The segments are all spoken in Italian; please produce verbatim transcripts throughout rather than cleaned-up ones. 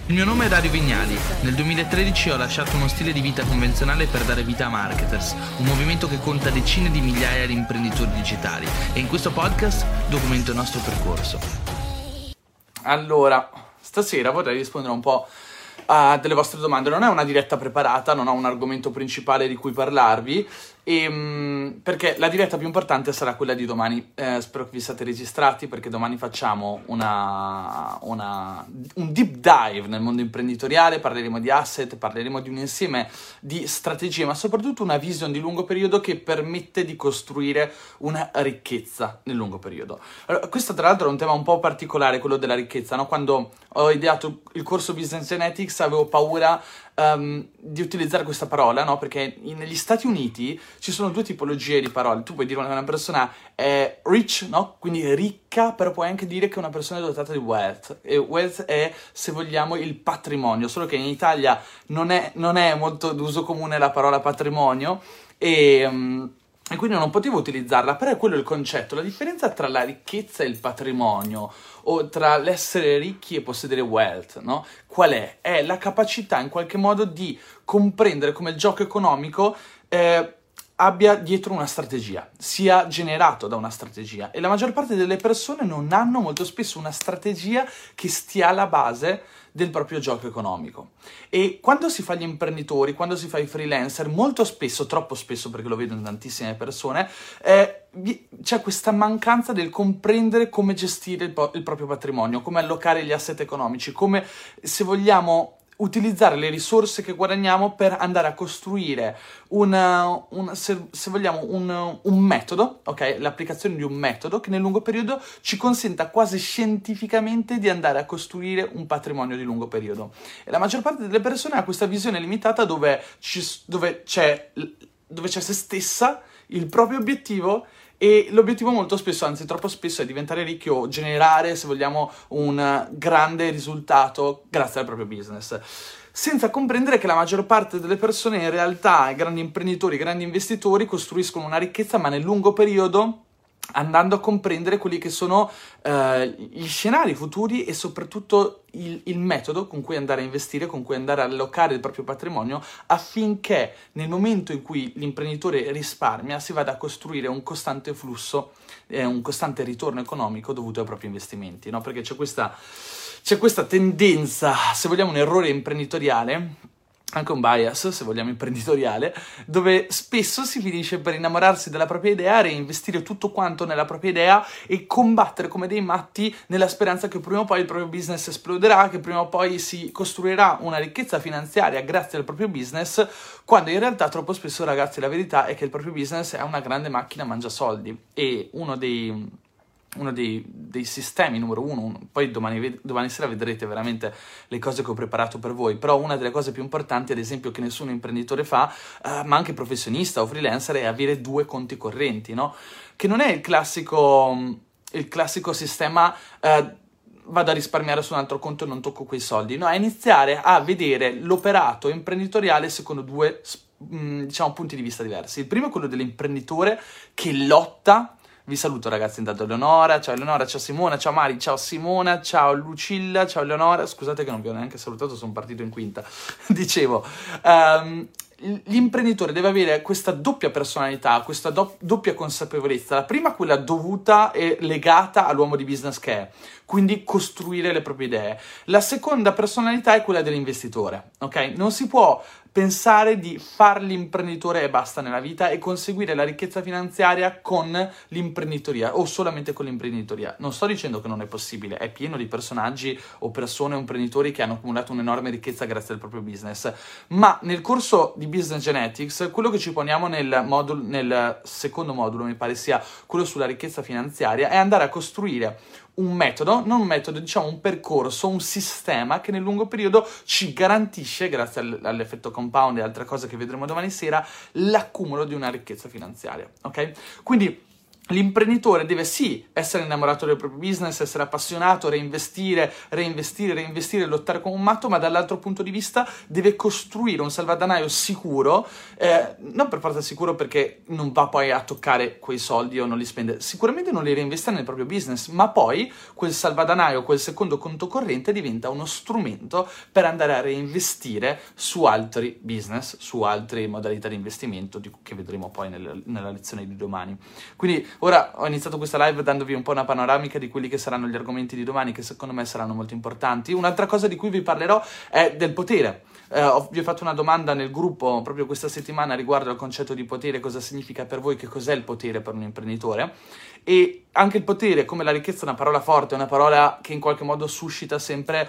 Il mio nome è Dario Vignali. Nel duemilatredici ho lasciato uno stile di vita convenzionale per dare vita a Marketers, un movimento che conta decine di migliaia di imprenditori digitali, e in questo podcast documento il nostro percorso. Allora, stasera vorrei rispondere un po' a delle vostre domande. Non è una diretta preparata, non ho un argomento principale di cui parlarvi, e, um, perché la diretta più importante sarà quella di domani. Eh, spero che vi siate registrati, perché domani facciamo una, una, un deep dive nel mondo imprenditoriale. Parleremo di asset, parleremo di un insieme di strategie, ma soprattutto una vision di lungo periodo che permette di costruire una ricchezza nel lungo periodo. Allora, questo tra l'altro è un tema un po' particolare, quello della ricchezza, no? Quando ho ideato il corso Business Genetics avevo paura Um, di utilizzare questa parola, no? Perché in, negli Stati Uniti ci sono due tipologie di parole. Tu puoi dire che una persona è rich, no? Quindi ricca, però puoi anche dire che una persona è dotata di wealth. E wealth è, se vogliamo, il patrimonio, solo che in Italia non è, non è molto d'uso comune la parola patrimonio, e... Um, E quindi non potevo utilizzarla, però è quello il concetto. La differenza tra la ricchezza e il patrimonio, o tra l'essere ricchi e possedere wealth, no? Qual è? È la capacità in qualche modo di comprendere come il gioco economico eh, abbia dietro una strategia, sia generato da una strategia. E la maggior parte delle persone non hanno molto spesso una strategia che stia alla base del proprio gioco economico. E quando si fa gli imprenditori, quando si fa i freelancer, molto spesso, troppo spesso, perché lo vedo in tantissime persone, eh, c'è questa mancanza del comprendere come gestire il, po- il proprio patrimonio, come allocare gli asset economici, come, se vogliamo, utilizzare le risorse che guadagniamo per andare a costruire una, una, se, se vogliamo un, un metodo, ok? L'applicazione di un metodo che nel lungo periodo ci consenta quasi scientificamente di andare a costruire un patrimonio di lungo periodo. E la maggior parte delle persone ha questa visione limitata dove, ci, dove, c'è, dove c'è se stessa, il proprio obiettivo. E l'obiettivo molto spesso, anzi troppo spesso, è diventare ricchi o generare, se vogliamo, un grande risultato grazie al proprio business, senza comprendere che la maggior parte delle persone in realtà, i grandi imprenditori, i grandi investitori, costruiscono una ricchezza ma nel lungo periodo, andando a comprendere quelli che sono uh, gli scenari futuri e soprattutto il, il metodo con cui andare a investire, con cui andare a allocare il proprio patrimonio, affinché nel momento in cui l'imprenditore risparmia si vada a costruire un costante flusso, eh, un costante ritorno economico dovuto ai propri investimenti, no? Perché c'è questa, c'è questa tendenza, se vogliamo un errore imprenditoriale, anche un bias, se vogliamo, imprenditoriale, dove spesso si finisce per innamorarsi della propria idea, reinvestire tutto quanto nella propria idea e combattere come dei matti nella speranza che prima o poi il proprio business esploderà, che prima o poi si costruirà una ricchezza finanziaria grazie al proprio business, quando in realtà troppo spesso, ragazzi, la verità è che il proprio business è una grande macchina mangiasoldi, e uno dei... uno dei, dei sistemi numero uno, uno, poi domani, domani sera vedrete veramente le cose che ho preparato per voi, però una delle cose più importanti, ad esempio, che nessun imprenditore fa, uh, ma anche professionista o freelancer, è avere due conti correnti, no? Che non è il classico, il classico sistema uh, vado a risparmiare su un altro conto e non tocco quei soldi, no? È iniziare a vedere l'operato imprenditoriale secondo due, diciamo, punti di vista diversi. Il primo è quello dell'imprenditore che lotta. Vi saluto, ragazzi, intanto Eleonora, ciao Eleonora, ciao Simona, ciao Mari, ciao Simona, ciao Lucilla, ciao Eleonora, scusate che non vi ho neanche salutato, sono partito in quinta. Dicevo, um, l'imprenditore deve avere questa doppia personalità, questa do- doppia consapevolezza. La prima, quella dovuta e legata all'uomo di business che è, quindi costruire le proprie idee. La seconda personalità è quella dell'investitore, ok? Non si può pensare di far l'imprenditore e basta nella vita e conseguire la ricchezza finanziaria con l'imprenditoria o solamente con l'imprenditoria. Non sto dicendo che non è possibile, è pieno di personaggi o persone o imprenditori che hanno accumulato un'enorme ricchezza grazie al proprio business, ma nel corso di Business Genetics quello che ci poniamo nel, modulo, nel secondo modulo, mi pare sia quello sulla ricchezza finanziaria, è andare a costruire un metodo, non un metodo, diciamo un percorso, un sistema che nel lungo periodo ci garantisce, grazie al, all'effetto compound e altre cose che vedremo domani sera, l'accumulo di una ricchezza finanziaria, ok? Quindi L'imprenditore deve sì essere innamorato del proprio business, essere appassionato, reinvestire, reinvestire, reinvestire, lottare come un matto, ma dall'altro punto di vista deve costruire un salvadanaio sicuro, eh, non per forza sicuro perché non va poi a toccare quei soldi o non li spende, sicuramente non li reinveste nel proprio business, ma poi quel salvadanaio, quel secondo conto corrente diventa uno strumento per andare a reinvestire su altri business, su altre modalità di investimento di, che vedremo poi nel, nella lezione di domani. Quindi ora ho iniziato questa live dandovi un po' una panoramica di quelli che saranno gli argomenti di domani, che secondo me saranno molto importanti. Un'altra cosa di cui vi parlerò è del potere. Eh, ho, vi ho fatto una domanda nel gruppo proprio questa settimana riguardo al concetto di potere, cosa significa per voi, che cos'è il potere per un imprenditore. E anche il potere, come la ricchezza, è una parola forte, è una parola che in qualche modo suscita sempre...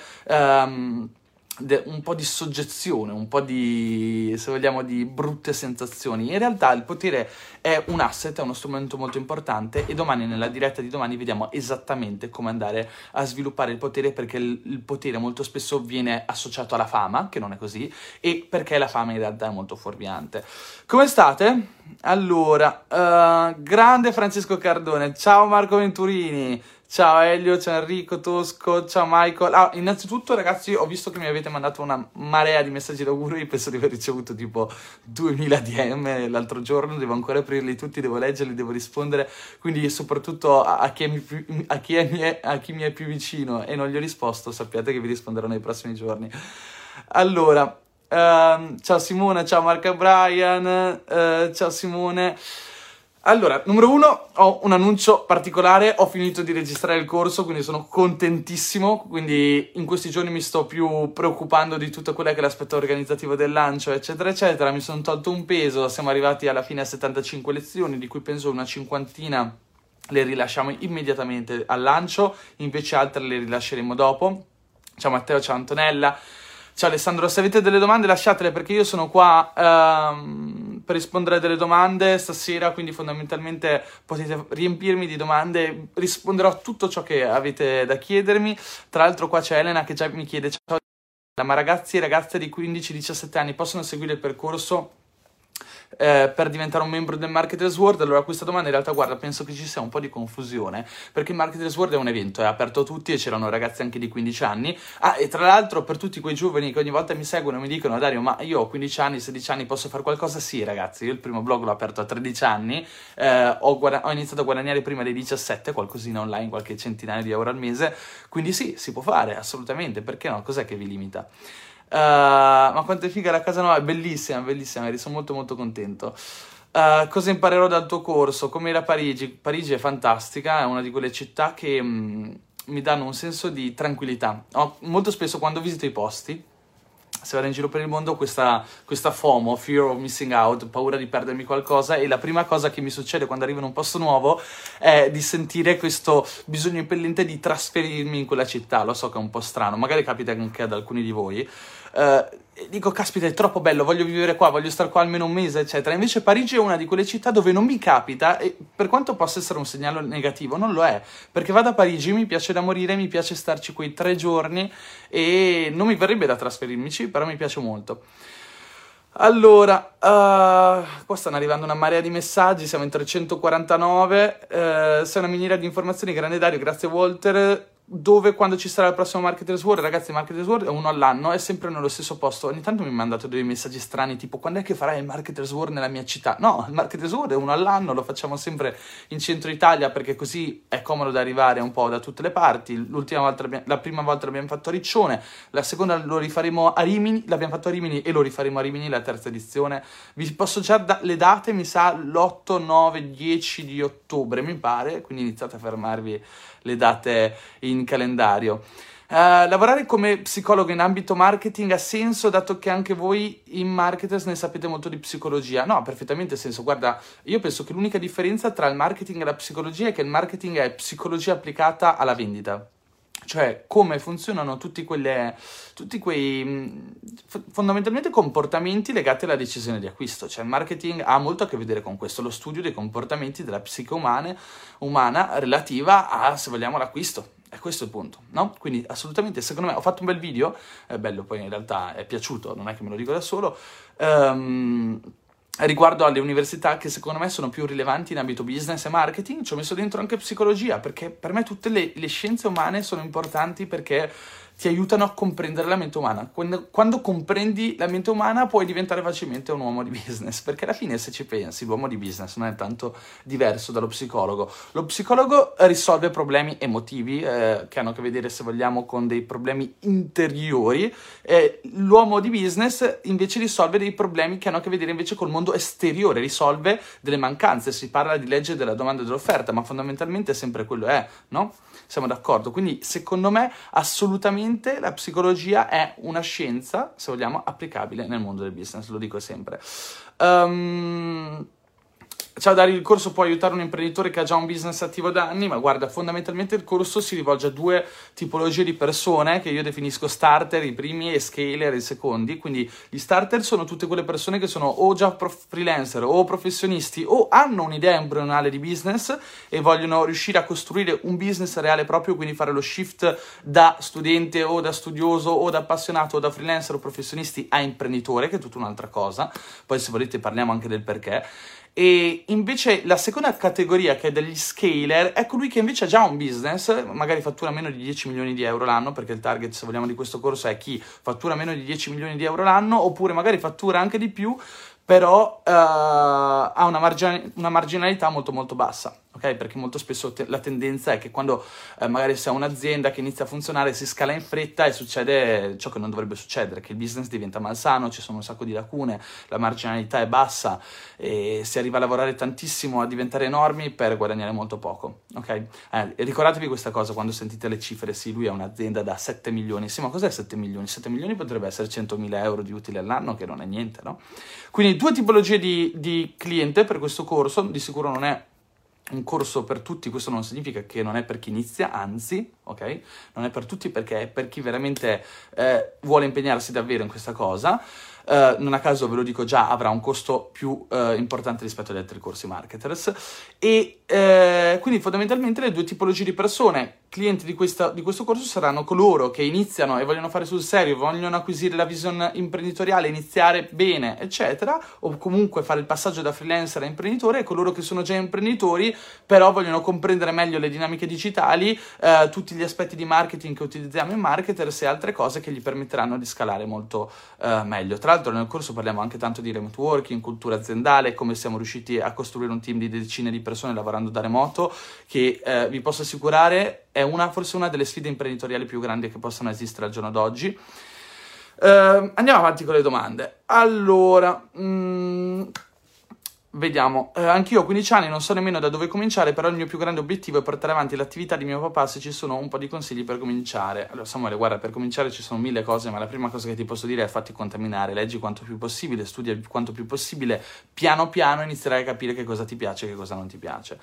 Um, un po' di soggezione, un po' di, se vogliamo, di brutte sensazioni. In realtà il potere è un asset, è uno strumento molto importante e domani, nella diretta di domani, vediamo esattamente come andare a sviluppare il potere, perché il, il potere molto spesso viene associato alla fama, che non è così, e perché la fama in realtà è molto fuorviante. Come state? Allora, uh, grande Francesco Cardone, ciao Marco Venturini, ciao Elio, ciao Enrico Tosco, ciao Michael. Ah, innanzitutto ragazzi, ho visto che mi avete mandato una marea di messaggi d'auguri, penso di aver ricevuto tipo duemila D M l'altro giorno, devo ancora aprirli tutti, devo leggerli, devo rispondere, quindi soprattutto a, a, chi, è più, a, chi, è mie, a chi mi è più vicino e non gli ho risposto, sappiate che vi risponderò nei prossimi giorni. Allora, uh, ciao Simone, ciao Marco Brian, uh, ciao Simone. Allora, numero uno, ho un annuncio particolare, ho finito di registrare il corso, quindi sono contentissimo, quindi in questi giorni mi sto più preoccupando di tutto quello che è l'aspetto organizzativo del lancio, eccetera, eccetera, mi sono tolto un peso, siamo arrivati alla fine a settantacinque lezioni, di cui penso una cinquantina le rilasciamo immediatamente al lancio, invece altre le rilasceremo dopo. Ciao Matteo, ciao Antonella. Ciao Alessandro, se avete delle domande lasciatele perché io sono qua um, per rispondere a delle domande stasera, quindi fondamentalmente potete riempirmi di domande, risponderò a tutto ciò che avete da chiedermi. Tra l'altro qua c'è Elena che già mi chiede, ciao, ma ragazzi e ragazze di quindici diciassette anni possono seguire il percorso Eh, per diventare un membro del Marketers World? Allora, questa domanda in realtà, guarda, penso che ci sia un po' di confusione, perché il Marketers World è un evento, è aperto a tutti e c'erano ragazzi anche di quindici anni. Ah, e tra l'altro per tutti quei giovani che ogni volta mi seguono e mi dicono: Dario, ma io ho quindici anni, sedici anni, posso fare qualcosa? Sì ragazzi, io il primo blog l'ho aperto a tredici anni, eh, ho, guada- ho iniziato a guadagnare prima dei diciassette, qualcosina online, qualche centinaio di euro al mese, quindi sì, si può fare, assolutamente, perché no? Cos'è che vi limita? Uh, ma quanto è figa la casa nuova, è bellissima, bellissima, eri, sono molto molto contento. Uh, cosa imparerò dal tuo corso? Com'era Parigi? Parigi è fantastica, è una di quelle città che mh, mi danno un senso di tranquillità. Ho, molto spesso quando visito i posti, se vado in giro per il mondo, questa, questa FOMO, fear of missing out, paura di perdermi qualcosa, e la prima cosa che mi succede quando arrivo in un posto nuovo è di sentire questo bisogno impellente di trasferirmi in quella città. Lo so che è un po' strano, magari capita anche ad alcuni di voi. Uh, dico, caspita, è troppo bello, voglio vivere qua, voglio stare qua almeno un mese, eccetera. Invece Parigi è una di quelle città dove non mi capita, e per quanto possa essere un segnale negativo, non lo è, perché vado a Parigi, mi piace da morire, mi piace starci quei tre giorni e non mi verrebbe da trasferirmici, però mi piace molto. Allora, uh, qua stanno arrivando una marea di messaggi, siamo in trecentoquarantanove, uh, sei una miniera di informazioni, grande Dario, grazie Walter. Dove, quando ci sarà il prossimo Marketers World? Ragazzi, il Marketers World è uno all'anno, è sempre nello stesso posto. Ogni tanto mi mandate dei messaggi strani tipo: quando è che farai il Marketers World nella mia città? No, il Marketers World è uno all'anno, lo facciamo sempre in centro Italia perché così è comodo da arrivare un po' da tutte le parti. L'ultima volta, la prima volta l'abbiamo fatto a Riccione, la seconda lo rifaremo a Rimini, l'abbiamo fatto a Rimini e lo rifaremo a Rimini la terza edizione. Vi posso già da- le date, mi sa l'otto, nove, dieci di ottobre mi pare, quindi iniziate a fermarvi le date in calendario. Uh, lavorare come psicologo in ambito marketing ha senso, dato che anche voi in Marketers ne sapete molto di psicologia? No, ha perfettamente senso. Guarda, io penso che l'unica differenza tra il marketing e la psicologia è che il marketing è psicologia applicata alla vendita. Cioè, come funzionano tutti, quelle, tutti quei f- fondamentalmente comportamenti legati alla decisione di acquisto. Cioè, il marketing ha molto a che vedere con questo, lo studio dei comportamenti della psiche umane, umana relativa a, se vogliamo, l'acquisto. E questo è il punto, no? Quindi, assolutamente, secondo me, ho fatto un bel video, è bello, poi in realtà è piaciuto, non è che me lo dico da solo, um, riguardo alle università che secondo me sono più rilevanti in ambito business e marketing, ci ho messo dentro anche psicologia, perché per me tutte le, le scienze umane sono importanti perché ti aiutano a comprendere la mente umana. Quando, quando comprendi la mente umana puoi diventare facilmente un uomo di business, perché alla fine, se ci pensi, l'uomo di business non è tanto diverso dallo psicologo. Lo psicologo risolve problemi emotivi eh, che hanno a che vedere, se vogliamo, con dei problemi interiori. Eh, l'uomo di business invece risolve dei problemi che hanno a che vedere invece col mondo esteriore, risolve delle mancanze. Si parla di legge della domanda e dell'offerta, ma fondamentalmente sempre quello è, no? Siamo d'accordo? Quindi secondo me assolutamente la psicologia è una scienza, se vogliamo, applicabile nel mondo del business, lo dico sempre. Um, Ciao Dario, il corso può aiutare un imprenditore che ha già un business attivo da anni, ma guarda, fondamentalmente il corso si rivolge a due tipologie di persone che io definisco starter, i primi, e scaler, i secondi. Quindi gli starter sono tutte quelle persone che sono o già prof- freelancer o professionisti o hanno un'idea embrionale di business e vogliono riuscire a costruire un business reale proprio, quindi fare lo shift da studente o da studioso o da appassionato o da freelancer o professionisti a imprenditore, che è tutta un'altra cosa. Poi se volete parliamo anche del perché. E invece la seconda categoria, che è degli scaler, è colui che invece ha già un business, magari fattura meno di dieci milioni di euro l'anno, perché il target, se vogliamo, di questo corso è chi fattura meno di dieci milioni di euro l'anno, oppure magari fattura anche di più, però uh, ha una, margin- una marginalità molto molto bassa, ok? Perché molto spesso te- la tendenza è che quando eh, magari si ha un'azienda che inizia a funzionare si scala in fretta e succede ciò che non dovrebbe succedere, che il business diventa malsano, ci sono un sacco di lacune, la marginalità è bassa e si arriva a lavorare tantissimo, a diventare enormi per guadagnare molto poco, ok? Eh, ricordatevi questa cosa quando sentite le cifre, sì, lui ha un'azienda da sette milioni, sì, ma cos'è sette milioni? sette milioni potrebbe essere centomila euro di utile all'anno, che non è niente, no? Quindi due tipologie di, di cliente per questo corso. Di sicuro non è un corso per tutti, questo non significa che non è per chi inizia, anzi, ok? Non è per tutti perché è per chi veramente eh, vuole impegnarsi davvero in questa cosa. Uh, non a caso, ve lo dico già, avrà un costo più uh, importante rispetto agli altri corsi marketers. E uh, quindi fondamentalmente le due tipologie di persone, clienti di, questa, di questo corso, saranno coloro che iniziano e vogliono fare sul serio, vogliono acquisire la vision imprenditoriale, iniziare bene, eccetera, o comunque fare il passaggio da freelancer a imprenditore, e coloro che sono già imprenditori però vogliono comprendere meglio le dinamiche digitali, uh, tutti gli aspetti di marketing che utilizziamo in marketers e altre cose che gli permetteranno di scalare molto uh, meglio. Tra l'altro nel corso parliamo anche tanto di remote working, cultura aziendale, come siamo riusciti a costruire un team di decine di persone lavorando da remoto, che eh, vi posso assicurare è una, forse una delle sfide imprenditoriali più grandi che possano esistere al giorno d'oggi. Uh, andiamo avanti con le domande. Allora, mh, vediamo, eh, anch'io ho quindici anni, non so nemmeno da dove cominciare, però il mio più grande obiettivo è portare avanti l'attività di mio papà. Se ci sono un po' di consigli per cominciare. Allora Samuele, guarda, per cominciare ci sono mille cose, ma la prima cosa che ti posso dire è fatti contaminare, leggi quanto più possibile, studia quanto più possibile, piano piano inizierai a capire che cosa ti piace e che cosa non ti piace.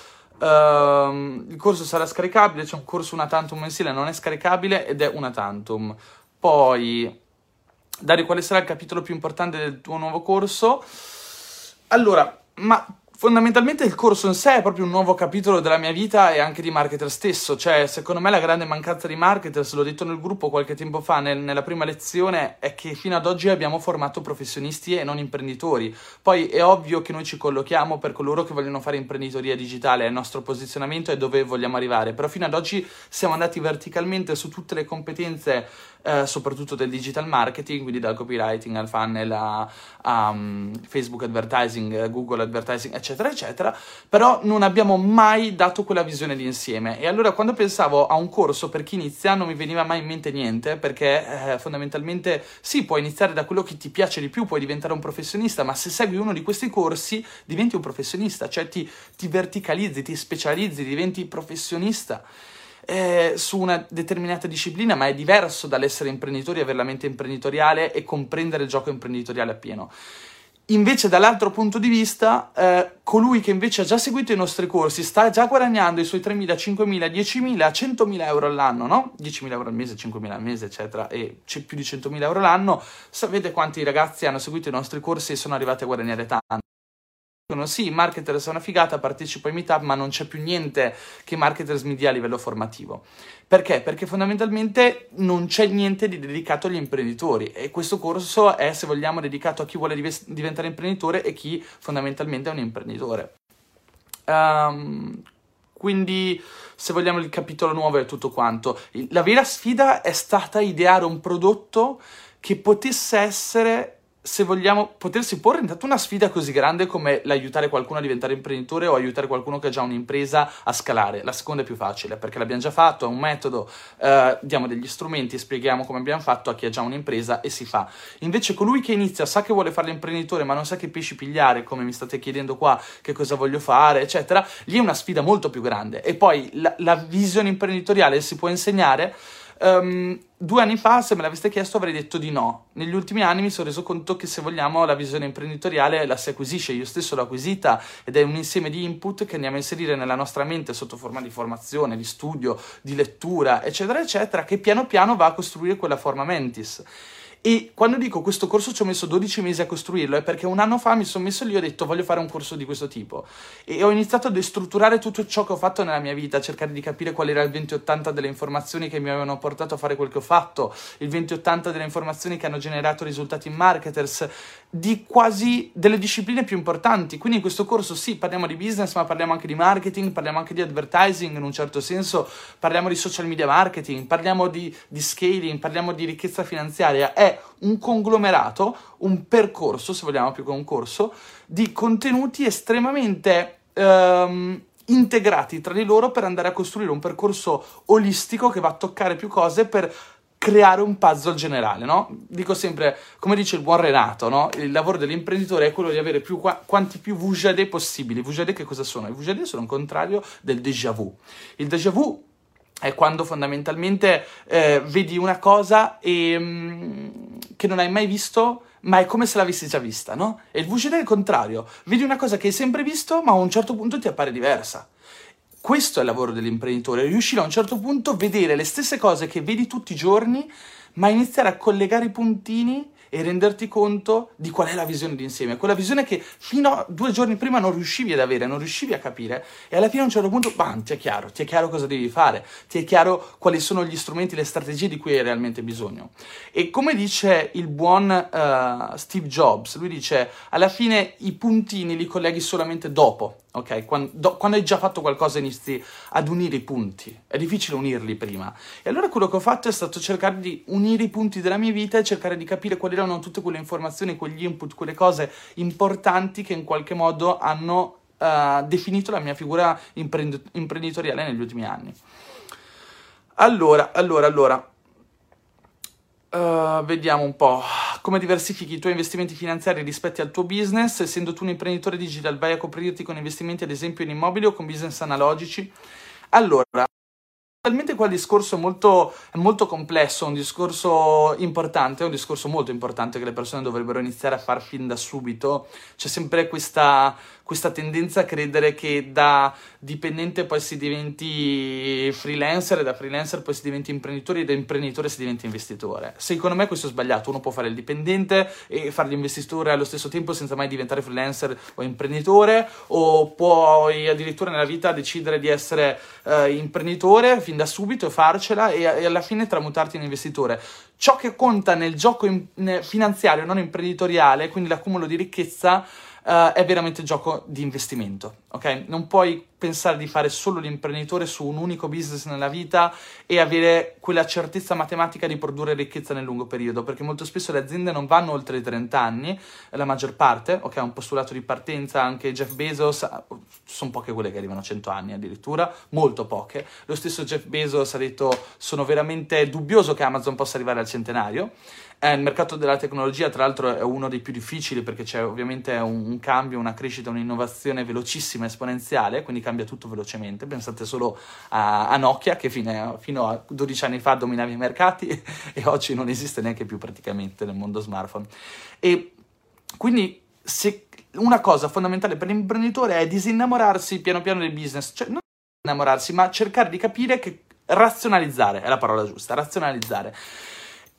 Uh, il corso sarà scaricabile, c'è un corso una tantum mensile, non è scaricabile ed è una tantum. Poi, Dario, quale sarà il capitolo più importante del tuo nuovo corso? Allora, ma fondamentalmente il corso in sé è proprio un nuovo capitolo della mia vita e anche di marketer stesso. Cioè, secondo me la grande mancanza di marketers, l'ho detto nel gruppo qualche tempo fa, nel, nella prima lezione, è che fino ad oggi abbiamo formato professionisti e non imprenditori. Poi è ovvio che noi ci collochiamo per coloro che vogliono fare imprenditoria digitale, è il nostro posizionamento e dove vogliamo arrivare, però fino ad oggi siamo andati verticalmente su tutte le competenze, eh, soprattutto del digital marketing, quindi dal copywriting al funnel a, a um, Facebook advertising, Google advertising, eccetera eccetera, però non abbiamo mai dato quella visione di insieme. E allora quando pensavo a un corso per chi inizia non mi veniva mai in mente niente, perché eh, fondamentalmente sì, puoi iniziare da quello che ti piace di più, puoi diventare un professionista, ma se segui uno di questi corsi diventi un professionista, cioè ti, ti verticalizzi, ti specializzi, diventi professionista Eh, su una determinata disciplina, ma è diverso dall'essere imprenditori, avere la mente imprenditoriale e comprendere il gioco imprenditoriale appieno. Invece dall'altro punto di vista, eh, colui che invece ha già seguito i nostri corsi sta già guadagnando i suoi tremila, cinquemila, diecimila, centomila euro all'anno, no? diecimila euro al mese, cinquemila al mese, eccetera, e c'è più di centomila euro l'anno. Sapete quanti ragazzi hanno seguito i nostri corsi e sono arrivati a guadagnare tanto? dicono sì, Marketers è una figata, partecipo ai meetup, ma non c'è più niente che Marketers mi dia a livello formativo. Perché? Perché fondamentalmente non c'è niente di dedicato agli imprenditori e questo corso è, se vogliamo, dedicato a chi vuole div- diventare imprenditore e chi fondamentalmente è un imprenditore. Um, quindi, se vogliamo, il capitolo nuovo è tutto quanto. La vera sfida è stata ideare un prodotto che potesse essere, se vogliamo, potersi porre intanto una sfida così grande come l'aiutare qualcuno a diventare imprenditore o aiutare qualcuno che ha già un'impresa a scalare. La seconda è più facile, perché l'abbiamo già fatto, è un metodo, eh, diamo degli strumenti, spieghiamo come abbiamo fatto a chi ha già un'impresa e si fa. Invece colui che inizia sa che vuole fare l'imprenditore ma non sa che pesci pigliare, come mi state chiedendo qua, che cosa voglio fare, eccetera, lì è una sfida molto più grande. E poi la, la visione imprenditoriale si può insegnare. Um, due anni fa, se me l'aveste chiesto, avrei detto di no. Negli ultimi anni mi sono reso conto che, se vogliamo, la visione imprenditoriale la si acquisisce. Io stesso l'ho acquisita ed è un insieme di input che andiamo a inserire nella nostra mente sotto forma di formazione, di studio, di lettura, eccetera, eccetera, che piano piano va a costruire quella forma mentis. E quando dico questo corso ci ho messo dodici mesi a costruirlo è perché un anno fa mi sono messo lì e ho detto voglio fare un corso di questo tipo e ho iniziato a destrutturare tutto ciò che ho fatto nella mia vita, a cercare di capire qual era il venti ottanta delle informazioni che mi avevano portato a fare quel che ho fatto, il venti ottanta delle informazioni che hanno generato risultati in Marketers, di quasi delle discipline più importanti. Quindi in questo corso sì, parliamo di business, ma parliamo anche di marketing, parliamo anche di advertising in un certo senso, parliamo di social media marketing, parliamo di, di scaling, parliamo di ricchezza finanziaria. È un conglomerato, un percorso, se vogliamo più che un corso, di contenuti estremamente ehm, integrati tra di loro per andare a costruire un percorso olistico che va a toccare più cose per creare un puzzle generale, no? Dico sempre, come dice il buon Renato, no? Il lavoro dell'imprenditore è quello di avere più, quanti più vujade possibili. Vujade che cosa sono? I vujade sono il contrario del déjà vu. Il déjà vu è quando fondamentalmente eh, vedi una cosa e, mh, che non hai mai visto, ma è come se l'avessi già vista, no? E il vujade è il contrario. Vedi una cosa che hai sempre visto, ma a un certo punto ti appare diversa. Questo è il lavoro dell'imprenditore, riuscire a un certo punto a vedere le stesse cose che vedi tutti i giorni, ma iniziare a collegare i puntini e renderti conto di qual è la visione d'insieme, quella visione che fino a due giorni prima non riuscivi ad avere, non riuscivi a capire, e alla fine a un certo punto, bam, ti è chiaro, ti è chiaro cosa devi fare, ti è chiaro quali sono gli strumenti, le strategie di cui hai realmente bisogno. E come dice il buon uh, Steve Jobs, lui dice, alla fine i puntini li colleghi solamente dopo, ok? Quando, do, quando hai già fatto qualcosa inizi ad unire i punti, è difficile unirli prima. E allora quello che ho fatto è stato cercare di unire i punti della mia vita e cercare di capire quali erano tutte quelle informazioni, quegli input, quelle cose importanti che in qualche modo hanno uh, definito la mia figura imprend- imprenditoriale negli ultimi anni. Allora, allora, allora, uh, vediamo un po'. Come diversifichi i tuoi investimenti finanziari rispetto al tuo business? Essendo tu un imprenditore digital, vai a coprirti con investimenti ad esempio in immobili o con business analogici? Allora, talmente qua il discorso è molto, è molto complesso, è un discorso importante, è un discorso molto importante che le persone dovrebbero iniziare a far fin da subito. C'è sempre questa, questa tendenza a credere che da dipendente poi si diventi freelancer e da freelancer poi si diventi imprenditore e da imprenditore si diventi investitore. Secondo me questo è sbagliato. Uno può fare il dipendente e fare l'investitore allo stesso tempo senza mai diventare freelancer o imprenditore, o puoi addirittura nella vita decidere di essere eh, imprenditore fin da subito e farcela e, e alla fine tramutarti in investitore. Ciò che conta nel gioco in, nel finanziario, non imprenditoriale, quindi l'accumulo di ricchezza, Uh, è veramente gioco di investimento, ok? Non puoi pensare di fare solo l'imprenditore su un unico business nella vita e avere quella certezza matematica di produrre ricchezza nel lungo periodo, perché molto spesso le aziende non vanno oltre i trenta anni, la maggior parte, ok? È un postulato di partenza, anche Jeff Bezos, sono poche quelle che arrivano a cento anni addirittura, molto poche. Lo stesso Jeff Bezos ha detto, sono veramente dubbioso che Amazon possa arrivare al centenario. Eh, il mercato della tecnologia, tra l'altro, è uno dei più difficili perché c'è ovviamente un, un cambio, una crescita, un'innovazione velocissima, esponenziale, quindi cambia tutto velocemente. Pensate solo a, a Nokia, che fine, fino a dodici anni fa dominava i mercati e oggi non esiste neanche più praticamente nel mondo smartphone. E quindi se una cosa fondamentale per l'imprenditore è disinnamorarsi piano piano del business, cioè non innamorarsi, ma cercare di capire che razionalizzare è la parola giusta, razionalizzare.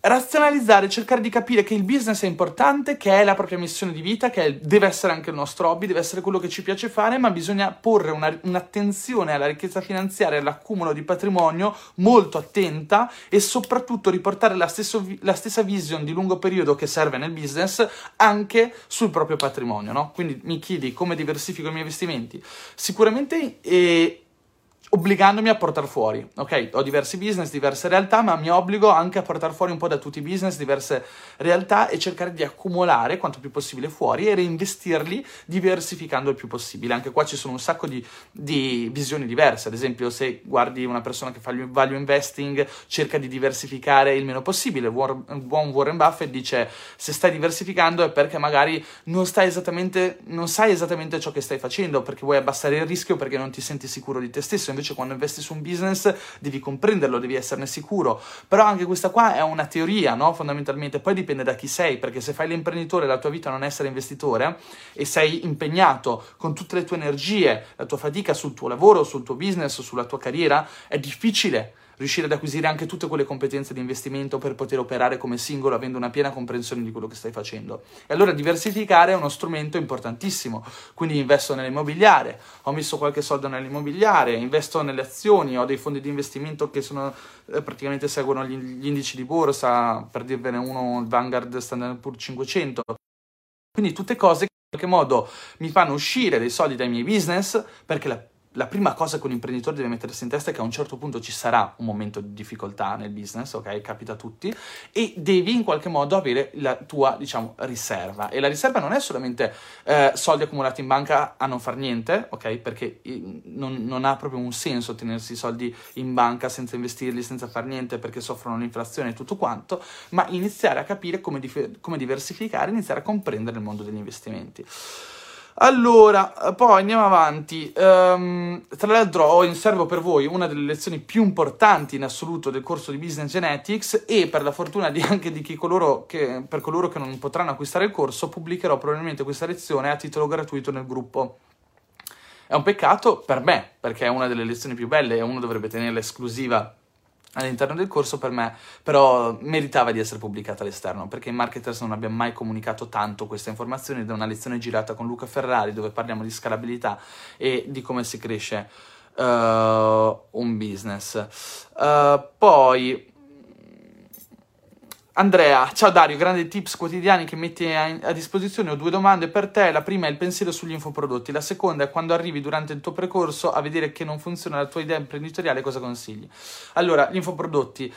razionalizzare, cercare di capire che il business è importante, che è la propria missione di vita, che è- deve essere anche il nostro hobby, deve essere quello che ci piace fare, ma bisogna porre una- un'attenzione alla ricchezza finanziaria e all'accumulo di patrimonio molto attenta e soprattutto riportare la, stesso vi- la stessa vision di lungo periodo che serve nel business anche sul proprio patrimonio, no? Quindi mi chiedi come diversifico i miei investimenti? Sicuramente eh, obbligandomi a portare fuori, ok? Ho diversi business, diverse realtà, ma mi obbligo anche a portare fuori un po' da tutti i business, diverse realtà e cercare di accumulare quanto più possibile fuori e reinvestirli diversificando il più possibile. Anche qua ci sono un sacco di, di visioni diverse, ad esempio se guardi una persona che fa il value investing, cerca di diversificare il meno possibile. War- il buon Warren Buffett dice se stai diversificando è perché magari non stai esattamente, non sai esattamente ciò che stai facendo, perché vuoi abbassare il rischio, perché non ti senti sicuro di te stesso. Invece quando investi su un business devi comprenderlo, devi esserne sicuro. Però anche questa qua è una teoria, no? Fondamentalmente poi dipende da chi sei, perché se fai l'imprenditore la tua vita non è essere investitore e sei impegnato con tutte le tue energie, la tua fatica sul tuo lavoro, sul tuo business, sulla tua carriera, è difficile riuscire ad acquisire anche tutte quelle competenze di investimento per poter operare come singolo avendo una piena comprensione di quello che stai facendo. E allora diversificare è uno strumento importantissimo. Quindi investo nell'immobiliare, ho messo qualche soldo nell'immobiliare, investo nelle azioni, ho dei fondi di investimento che sono eh, praticamente seguono gli, gli indici di borsa, per dirvene uno, il Vanguard Standard and Poor's cinquecento. Quindi tutte cose che in qualche modo mi fanno uscire dei soldi dai miei business, perché la la prima cosa che un imprenditore deve mettersi in testa è che a un certo punto ci sarà un momento di difficoltà nel business, ok? Capita a tutti, e devi in qualche modo avere la tua, diciamo, riserva. E la riserva non è solamente eh, soldi accumulati in banca a non far niente, ok? Perché eh, non, non ha proprio un senso tenersi i soldi in banca senza investirli, senza far niente, perché soffrono l'inflazione e tutto quanto, ma iniziare a capire come, dif- come diversificare, iniziare a comprendere il mondo degli investimenti. Allora, poi andiamo avanti. Um, tra l'altro ho in serbo per voi una delle lezioni più importanti in assoluto del corso di Business Genetics e per la fortuna di anche di chi coloro che, per coloro che non potranno acquistare il corso, pubblicherò probabilmente questa lezione a titolo gratuito nel gruppo. È un peccato per me, perché è una delle lezioni più belle e uno dovrebbe tenerla esclusiva all'interno del corso, per me però meritava di essere pubblicata all'esterno, perché in Marketers non abbiamo mai comunicato tanto queste informazioni ed è una lezione girata con Luca Ferrari dove parliamo di scalabilità e di come si cresce uh, un business. Uh, poi Andrea, ciao Dario, grandi tips quotidiani che metti a, a disposizione. Ho due domande per te. La prima è il pensiero sugli infoprodotti. La seconda è quando arrivi durante il tuo percorso a vedere che non funziona la tua idea imprenditoriale, cosa consigli? Allora, gli infoprodotti.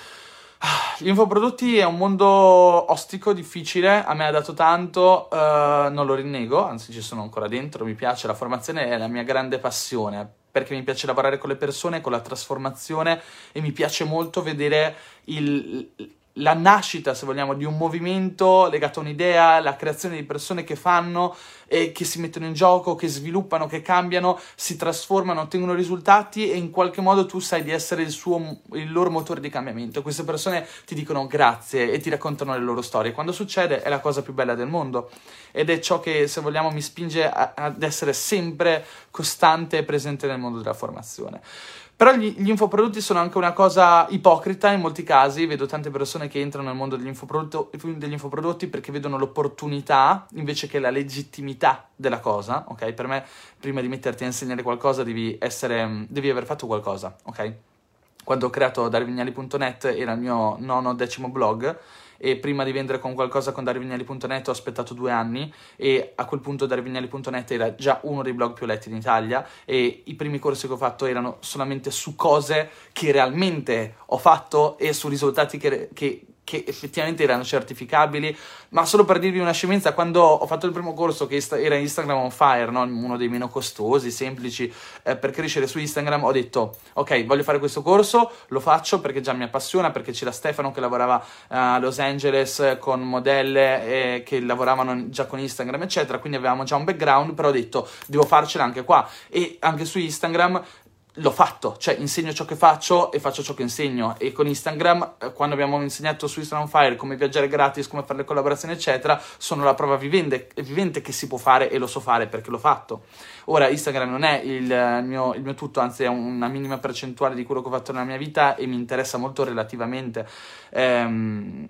Gli infoprodotti è un mondo ostico, difficile, a me ha dato tanto, uh, non lo rinnego, anzi ci sono ancora dentro, mi piace, la formazione è la mia grande passione, perché mi piace lavorare con le persone, con la trasformazione e mi piace molto vedere il... la nascita, se vogliamo, di un movimento legato a un'idea, la creazione di persone che fanno e che si mettono in gioco, che sviluppano, che cambiano, si trasformano, ottengono risultati e in qualche modo tu sai di essere il, suo, il loro motore di cambiamento. Queste persone ti dicono grazie e ti raccontano le loro storie. Quando succede è la cosa più bella del mondo ed è ciò che, se vogliamo, mi spinge a, ad essere sempre costante e presente nel mondo della formazione. Però gli, gli infoprodotti sono anche una cosa ipocrita in molti casi, vedo tante persone che entrano nel mondo degli, degli infoprodotti perché vedono l'opportunità invece che la legittimità della cosa, ok? Per me, prima di metterti a insegnare qualcosa devi essere, devi aver fatto qualcosa, ok? Quando ho creato Darvignali punto net era il mio nono decimo blog e prima di vendere con qualcosa con Darvignali punto net ho aspettato due anni e a quel punto Darvignali punto net era già uno dei blog più letti in Italia e i primi corsi che ho fatto erano solamente su cose che realmente ho fatto e su risultati che, che, che effettivamente erano certificabili, ma solo per dirvi una scemenza, quando ho fatto il primo corso che era Instagram on Fire, no? Uno dei meno costosi, semplici, eh, per crescere su Instagram, ho detto ok, voglio fare questo corso, lo faccio perché già mi appassiona, perché c'era Stefano che lavorava a Los Angeles con modelle eh, che lavoravano già con Instagram eccetera, quindi avevamo già un background, però ho detto devo farcela anche qua e anche su Instagram l'ho fatto, cioè insegno ciò che faccio e faccio ciò che insegno e con Instagram, quando abbiamo insegnato su Instagram on Fire come viaggiare gratis, come fare le collaborazioni eccetera, sono la prova vivente, vivente che si può fare e lo so fare perché l'ho fatto. Ora Instagram non è il mio, il mio tutto, anzi è una minima percentuale di quello che ho fatto nella mia vita e mi interessa molto relativamente, ehm,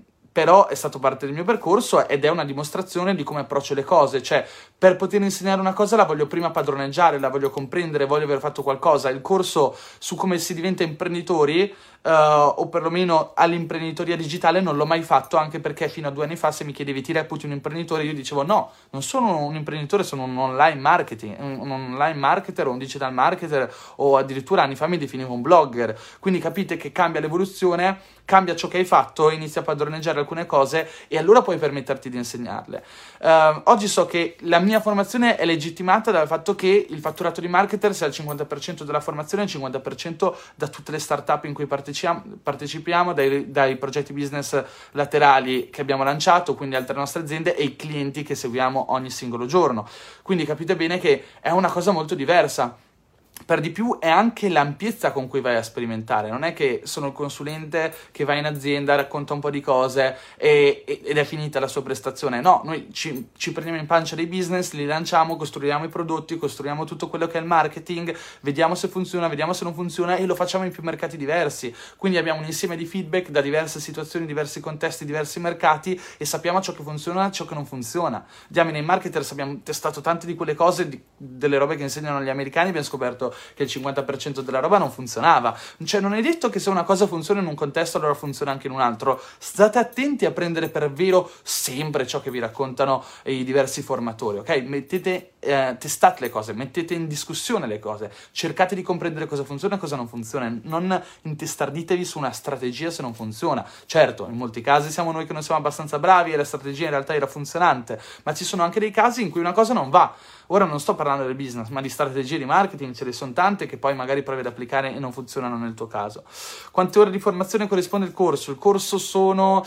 però è stato parte del mio percorso ed è una dimostrazione di come approccio le cose, cioè per poter insegnare una cosa la voglio prima padroneggiare, la voglio comprendere, voglio aver fatto qualcosa. Il corso su come si diventa imprenditori Uh, o perlomeno all'imprenditoria digitale non l'ho mai fatto, anche perché fino a due anni fa se mi chiedevi ti reputi un imprenditore, io dicevo no, non sono un imprenditore, sono un online marketing, un online marketer o un digital marketer, o addirittura anni fa mi definivo un blogger. Quindi capite che cambia l'evoluzione, cambia ciò che hai fatto, inizi a padroneggiare alcune cose e allora puoi permetterti di insegnarle. Uh, oggi so che la mia formazione è legittimata dal fatto che il fatturato di marketer sia il cinquanta per cento della formazione e il cinquanta per cento da tutte le startup in cui partecipiamo, partecipiamo dai, dai progetti business laterali che abbiamo lanciato, quindi altre nostre aziende, e i clienti che seguiamo ogni singolo giorno. Quindi capite bene che è una cosa molto diversa. Per di più è anche l'ampiezza con cui vai a sperimentare, non è che sono il consulente che va in azienda, racconta un po' di cose e, ed è finita la sua prestazione. No, noi ci, ci prendiamo in pancia dei business, li lanciamo, costruiamo i prodotti, costruiamo tutto quello che è il marketing, vediamo se funziona, vediamo se non funziona e lo facciamo in più mercati diversi. Quindi abbiamo un insieme di feedback da diverse situazioni, diversi contesti, diversi mercati e sappiamo ciò che funziona e ciò che non funziona. Diamine, in marketers abbiamo testato tante di quelle cose, di, delle robe che insegnano gli americani, abbiamo scoperto che il cinquanta per cento della roba non funzionava. Cioè non è detto che se una cosa funziona in un contesto allora funziona anche in un altro. State attenti a prendere per vero sempre ciò che vi raccontano i diversi formatori, ok? Mettete, eh, testate le cose, mettete in discussione le cose, cercate di comprendere cosa funziona e cosa non funziona, non intestarditevi su una strategia se non funziona. Certo, in molti casi siamo noi che non siamo abbastanza bravi e la strategia in realtà era funzionante, ma ci sono anche dei casi in cui una cosa non va. Ora non sto parlando del business, ma di strategie di marketing, ce ne sono tante che poi magari provi ad applicare e non funzionano nel tuo caso. Quante ore di formazione corrisponde il corso? Il corso sono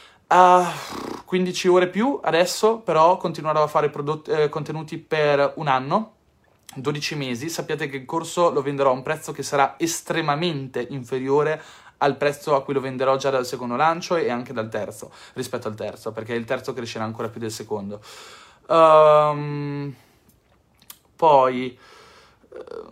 uh, quindici ore più adesso, però continuerò a fare prodotti, eh, contenuti per un anno, dodici mesi. Sappiate che il corso lo venderò a un prezzo che sarà estremamente inferiore al prezzo a cui lo venderò già dal secondo lancio e anche dal terzo, rispetto al terzo, perché il terzo crescerà ancora più del secondo. Um, Poi uh,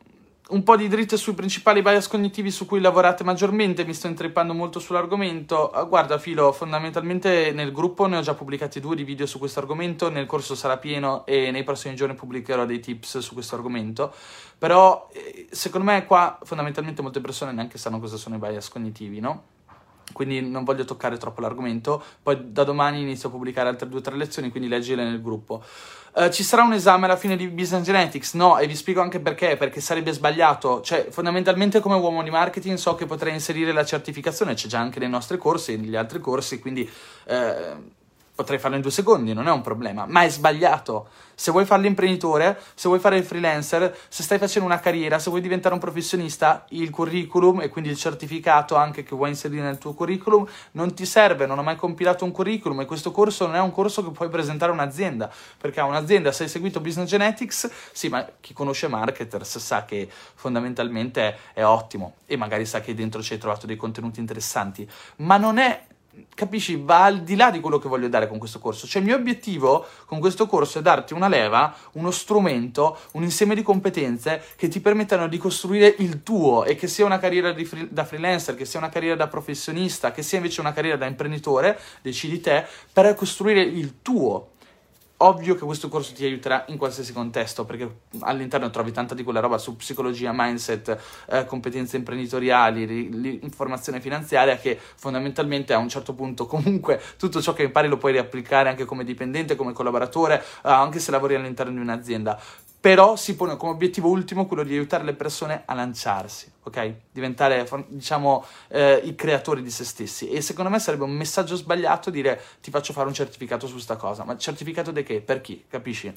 un po' di dritte sui principali bias cognitivi su cui lavorate maggiormente. Mi sto intrippando molto sull'argomento. Uh, guarda Filo, fondamentalmente nel gruppo ne ho già pubblicati due di video su questo argomento, nel corso sarà pieno e nei prossimi giorni pubblicherò dei tips su questo argomento. Però eh, secondo me qua fondamentalmente molte persone neanche sanno cosa sono i bias cognitivi, no? Quindi non voglio toccare troppo l'argomento. Poi da domani inizio a pubblicare altre due o tre lezioni, quindi leggile nel gruppo. Uh, ci sarà un esame alla fine di Business Genetics? No, e vi spiego anche perché, perché sarebbe sbagliato. Cioè, fondamentalmente come uomo di marketing so che potrei inserire la certificazione, c'è già anche nei nostri corsi, negli altri corsi, quindi eh, potrei farlo in due secondi, non è un problema, ma è sbagliato. Se vuoi fare l'imprenditore, se vuoi fare il freelancer, se stai facendo una carriera, se vuoi diventare un professionista, il curriculum e quindi il certificato anche che vuoi inserire nel tuo curriculum non ti serve. Non ho mai compilato un curriculum e questo corso non è un corso che puoi presentare a un'azienda, perché a un'azienda, se hai seguito Business Genetics, sì, ma chi conosce marketers sa che fondamentalmente è ottimo e magari sa che dentro ci hai trovato dei contenuti interessanti, ma non è, capisci, va al di là di quello che voglio dare con questo corso. Cioè il mio obiettivo con questo corso è darti una leva, uno strumento, un insieme di competenze che ti permettano di costruire il tuo, e che sia una carriera di free, da freelancer, che sia una carriera da professionista, che sia invece una carriera da imprenditore, decidi te, per costruire il tuo. Ovvio che questo corso ti aiuterà in qualsiasi contesto, perché all'interno trovi tanta di quella roba su psicologia, mindset, eh, competenze imprenditoriali, ri, ri, informazione finanziaria, che fondamentalmente a un certo punto comunque tutto ciò che impari lo puoi riapplicare anche come dipendente, come collaboratore, eh, anche se lavori all'interno di un'azienda. Però si pone come obiettivo ultimo quello di aiutare le persone a lanciarsi, ok? Diventare, diciamo, eh, i creatori di se stessi. E secondo me sarebbe un messaggio sbagliato dire ti faccio fare un certificato su sta cosa. Ma certificato di che? Per chi? Capisci?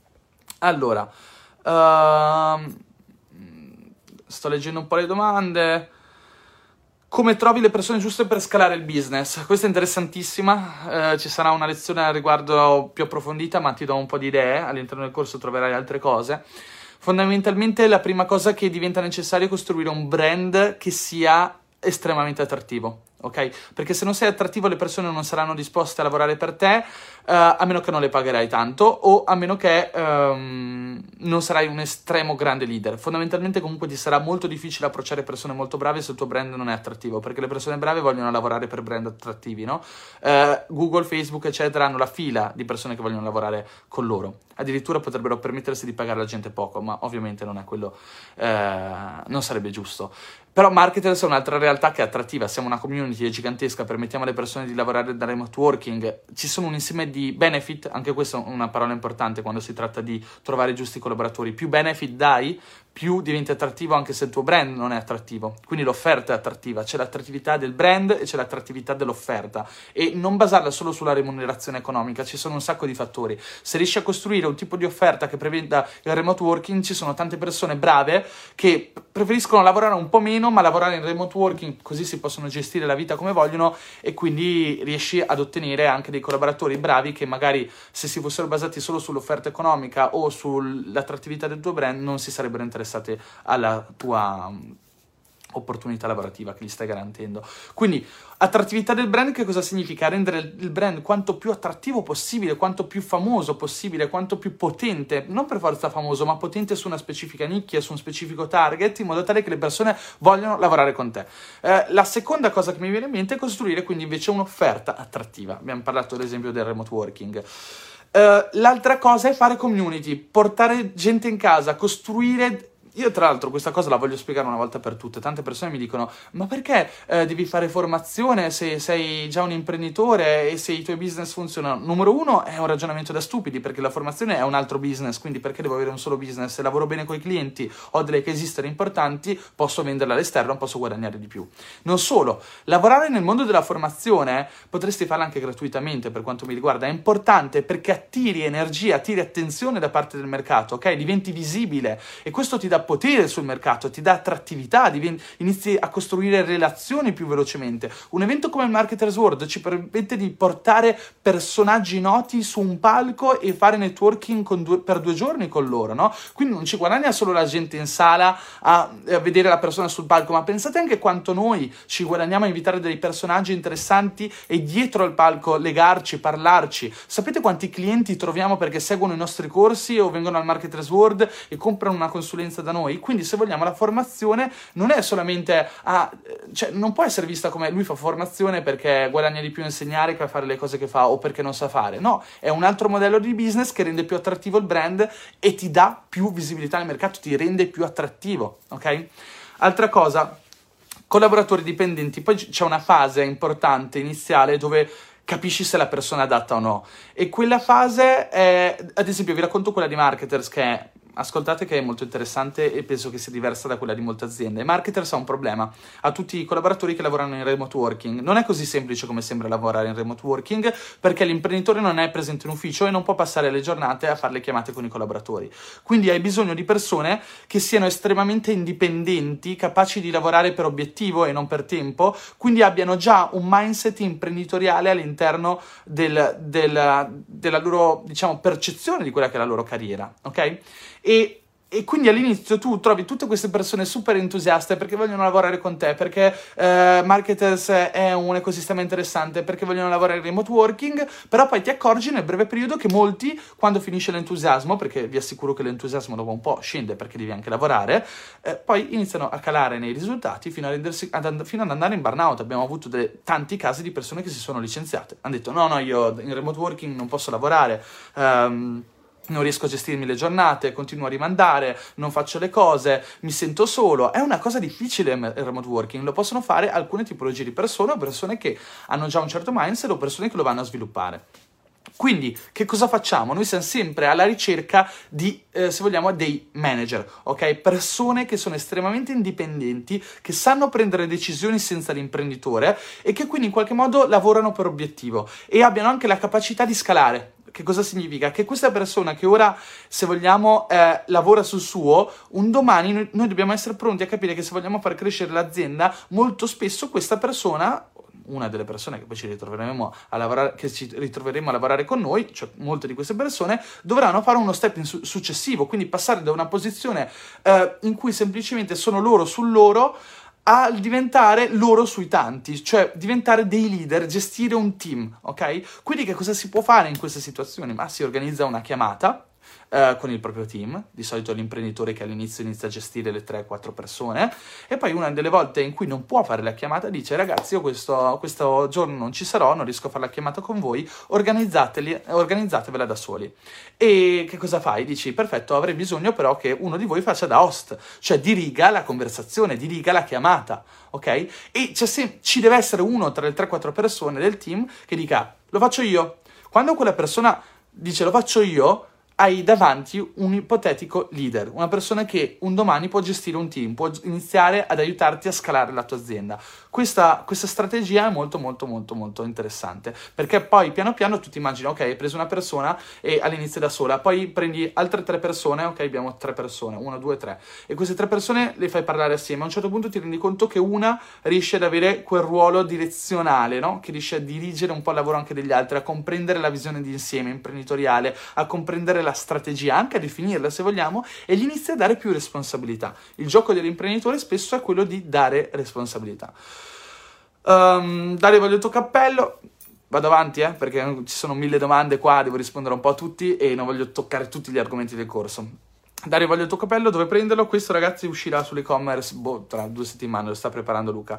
Allora, uh, sto leggendo un po' le domande. Come trovi le persone giuste per scalare il business? Questa è interessantissima, eh, ci sarà una lezione al riguardo più approfondita, ma ti do un po' di idee, all'interno del corso troverai altre cose. Fondamentalmente la prima cosa che diventa necessario è costruire un brand che sia estremamente attrattivo, ok? Perché se non sei attrattivo le persone non saranno disposte a lavorare per te, uh, a meno che non le pagherai tanto o a meno che um, non sarai un estremo grande leader. Fondamentalmente comunque ti sarà molto difficile approcciare persone molto brave se il tuo brand non è attrattivo, perché le persone brave vogliono lavorare per brand attrattivi, no? Uh, Google, Facebook, eccetera, hanno la fila di persone che vogliono lavorare con loro. Addirittura potrebbero permettersi di pagare la gente poco, ma ovviamente non è quello, eh, non sarebbe giusto. Però Marketers è un'altra realtà che è attrattiva, siamo una community gigantesca, permettiamo alle persone di lavorare da remote working, ci sono un insieme di benefit, anche questa è una parola importante quando si tratta di trovare i giusti collaboratori, più benefit dai, più diventi attrattivo anche se il tuo brand non è attrattivo, quindi l'offerta è attrattiva, c'è l'attrattività del brand e c'è l'attrattività dell'offerta e non basarla solo sulla remunerazione economica, ci sono un sacco di fattori. Se riesci a costruire un tipo di offerta che preveda il remote working, ci sono tante persone brave che preferiscono lavorare un po' meno ma lavorare in remote working, così si possono gestire la vita come vogliono e quindi riesci ad ottenere anche dei collaboratori bravi che magari se si fossero basati solo sull'offerta economica o sull'attrattività del tuo brand non si sarebbero interessati alla tua opportunità lavorativa che gli stai garantendo. Quindi attrattività del brand che cosa significa? Rendere il brand quanto più attrattivo possibile, quanto più famoso possibile, quanto più potente, non per forza famoso, ma potente su una specifica nicchia, su un specifico target, in modo tale che le persone vogliono lavorare con te. Eh, la seconda cosa che mi viene in mente è costruire quindi invece un'offerta attrattiva. Abbiamo parlato ad esempio del remote working. Uh, l'altra cosa è fare community, portare gente in casa, costruire... Io tra l'altro questa cosa la voglio spiegare una volta per tutte. Tante persone mi dicono ma perché eh, devi fare formazione se sei già un imprenditore e se i tuoi business funzionano? Numero uno è un ragionamento da stupidi, perché la formazione è un altro business, quindi perché devo avere un solo business? Se lavoro bene con i clienti, ho delle case history importanti, posso venderla all'esterno, posso guadagnare di più. Non solo, lavorare nel mondo della formazione potresti farla anche gratuitamente per quanto mi riguarda, è importante perché attiri energia, attiri attenzione da parte del mercato, ok? Diventi visibile e questo ti dà potere sul mercato, ti dà attrattività, diventi, inizi a costruire relazioni più velocemente. Un evento come il Marketers World ci permette di portare personaggi noti su un palco e fare networking con due, per due giorni con loro, no? Quindi non ci guadagna solo la gente in sala a, a vedere la persona sul palco, ma pensate anche quanto noi ci guadagniamo a invitare dei personaggi interessanti e dietro al palco legarci, parlarci. Sapete quanti clienti troviamo perché seguono i nostri corsi o vengono al Marketers World e comprano una consulenza da noi? Quindi se vogliamo la formazione non è solamente a, cioè non può essere vista come lui fa formazione perché guadagna di più a insegnare che a fare le cose che fa o perché non sa fare, no, è un altro modello di business che rende più attrattivo il brand e ti dà più visibilità nel mercato, ti rende più attrattivo, ok? Altra cosa, collaboratori dipendenti, poi c'è una fase importante iniziale dove capisci se la persona è adatta o no e quella fase è, ad esempio vi racconto quella di Marketers che è, ascoltate che è molto interessante e penso che sia diversa da quella di molte aziende. Marketers ha un problema, ha tutti i collaboratori che lavorano in remote working. Non è così semplice come sembra lavorare in remote working perché l'imprenditore non è presente in ufficio e non può passare le giornate a fare le chiamate con i collaboratori. Quindi hai bisogno di persone che siano estremamente indipendenti, capaci di lavorare per obiettivo e non per tempo, quindi abbiano già un mindset imprenditoriale all'interno del, del, della loro, diciamo, percezione di quella che è la loro carriera, ok? E, e quindi all'inizio tu trovi tutte queste persone super entusiaste perché vogliono lavorare con te, perché eh, Marketers è un ecosistema interessante, perché vogliono lavorare in remote working, però poi ti accorgi nel breve periodo che molti, quando finisce l'entusiasmo, perché vi assicuro che l'entusiasmo dopo un po' scende perché devi anche lavorare, eh, poi iniziano a calare nei risultati fino, a rendersi, ad, fino ad andare in burnout. Abbiamo avuto delle, tanti casi di persone che si sono licenziate, hanno detto no no io in remote working non posso lavorare, um, non riesco a gestirmi le giornate, continuo a rimandare, non faccio le cose, mi sento solo. È una cosa difficile il remote working, lo possono fare alcune tipologie di persone o persone che hanno già un certo mindset o persone che lo vanno a sviluppare. Quindi, che cosa facciamo? Noi siamo sempre alla ricerca di, eh, se vogliamo, dei manager, ok? Persone che sono estremamente indipendenti, che sanno prendere decisioni senza l'imprenditore e che quindi in qualche modo lavorano per obiettivo e abbiano anche la capacità di scalare. Che cosa significa? Che questa persona che ora, se vogliamo, eh, lavora sul suo, un domani noi, noi dobbiamo essere pronti a capire che se vogliamo far crescere l'azienda, molto spesso questa persona, una delle persone che poi ci ritroveremo a lavorare, che ci ritroveremo a lavorare con noi, cioè molte di queste persone, dovranno fare uno step in su- successivo, quindi passare da una posizione eh, in cui semplicemente sono loro sul loro, a diventare loro sui tanti, cioè diventare dei leader, gestire un team, ok? Quindi che cosa si può fare in queste situazioni? Ma si organizza una chiamata eh, con il proprio team, di solito l'imprenditore che all'inizio inizia a gestire le tre quattro persone, e poi una delle volte in cui non può fare la chiamata dice: ragazzi, io questo, questo giorno non ci sarò, non riesco a fare la chiamata con voi, organizzateli, organizzatevela da soli. E che cosa fai? Dici: perfetto, avrei bisogno però che uno di voi faccia da host, cioè diriga la conversazione, diriga la chiamata, ok? E c'è sem- ci deve essere uno tra le tre quattro persone del team che dica: lo faccio io. Quando quella persona dice lo faccio io, hai davanti un ipotetico leader, una persona che un domani può gestire un team, può iniziare ad aiutarti a scalare la tua azienda. Questa, questa strategia è molto molto molto molto interessante, perché poi piano piano tu ti immagini: ok, hai preso una persona e all'inizio è da sola, poi prendi altre tre persone, ok, abbiamo tre persone, una, due, tre, e queste tre persone le fai parlare assieme. A un certo punto ti rendi conto che una riesce ad avere quel ruolo direzionale, no? Che riesce a dirigere un po' il lavoro anche degli altri, a comprendere la visione d'insieme imprenditoriale, a comprendere la strategia, anche a definirla se vogliamo, e gli inizia a dare più responsabilità. Il gioco dell'imprenditore spesso è quello di dare responsabilità. Um, Dario, voglio il tuo cappello. Vado avanti, eh, perché ci sono mille domande qua, devo rispondere un po' a tutti e non voglio toccare tutti gli argomenti del corso. Dario, voglio il tuo cappello, dove prenderlo? Questo, ragazzi, uscirà sull'e-commerce boh, tra due settimane, lo sta preparando Luca.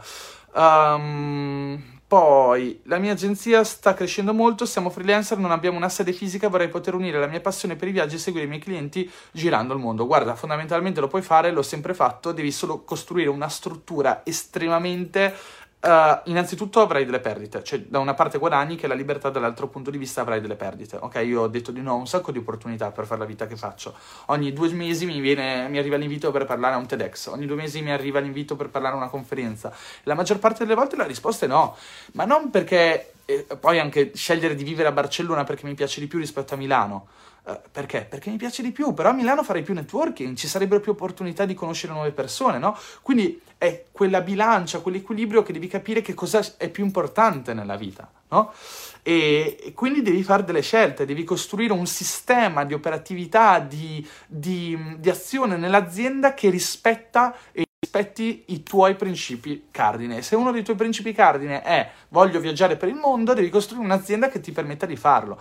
Um, poi, la mia agenzia sta crescendo molto, siamo freelancer, non abbiamo una sede fisica, vorrei poter unire la mia passione per i viaggi e seguire i miei clienti girando il mondo. Guarda, fondamentalmente lo puoi fare, l'ho sempre fatto, devi solo costruire una struttura estremamente... Uh, innanzitutto avrai delle perdite, cioè da una parte guadagni che è la libertà, dall'altro punto di vista avrai delle perdite, ok? Io ho detto di no a un sacco di opportunità per fare la vita che faccio. Ogni due mesi mi, viene, mi arriva l'invito per parlare a un TEDx, ogni due mesi mi arriva l'invito per parlare a una conferenza. La maggior parte delle volte la risposta è no, ma non perché eh, poi anche scegliere di vivere a Barcellona perché mi piace di più rispetto a Milano. Uh, perché? Perché mi piace di più, però a Milano farei più networking, ci sarebbero più opportunità di conoscere nuove persone, no? Quindi è quella bilancia, quell'equilibrio che devi capire che cosa è più importante nella vita, no? E, e quindi devi fare delle scelte, devi costruire un sistema di operatività, di, di, di azione nell'azienda che rispetta e rispetti i tuoi principi cardine. Se uno dei tuoi principi cardine è voglio viaggiare per il mondo, devi costruire un'azienda che ti permetta di farlo.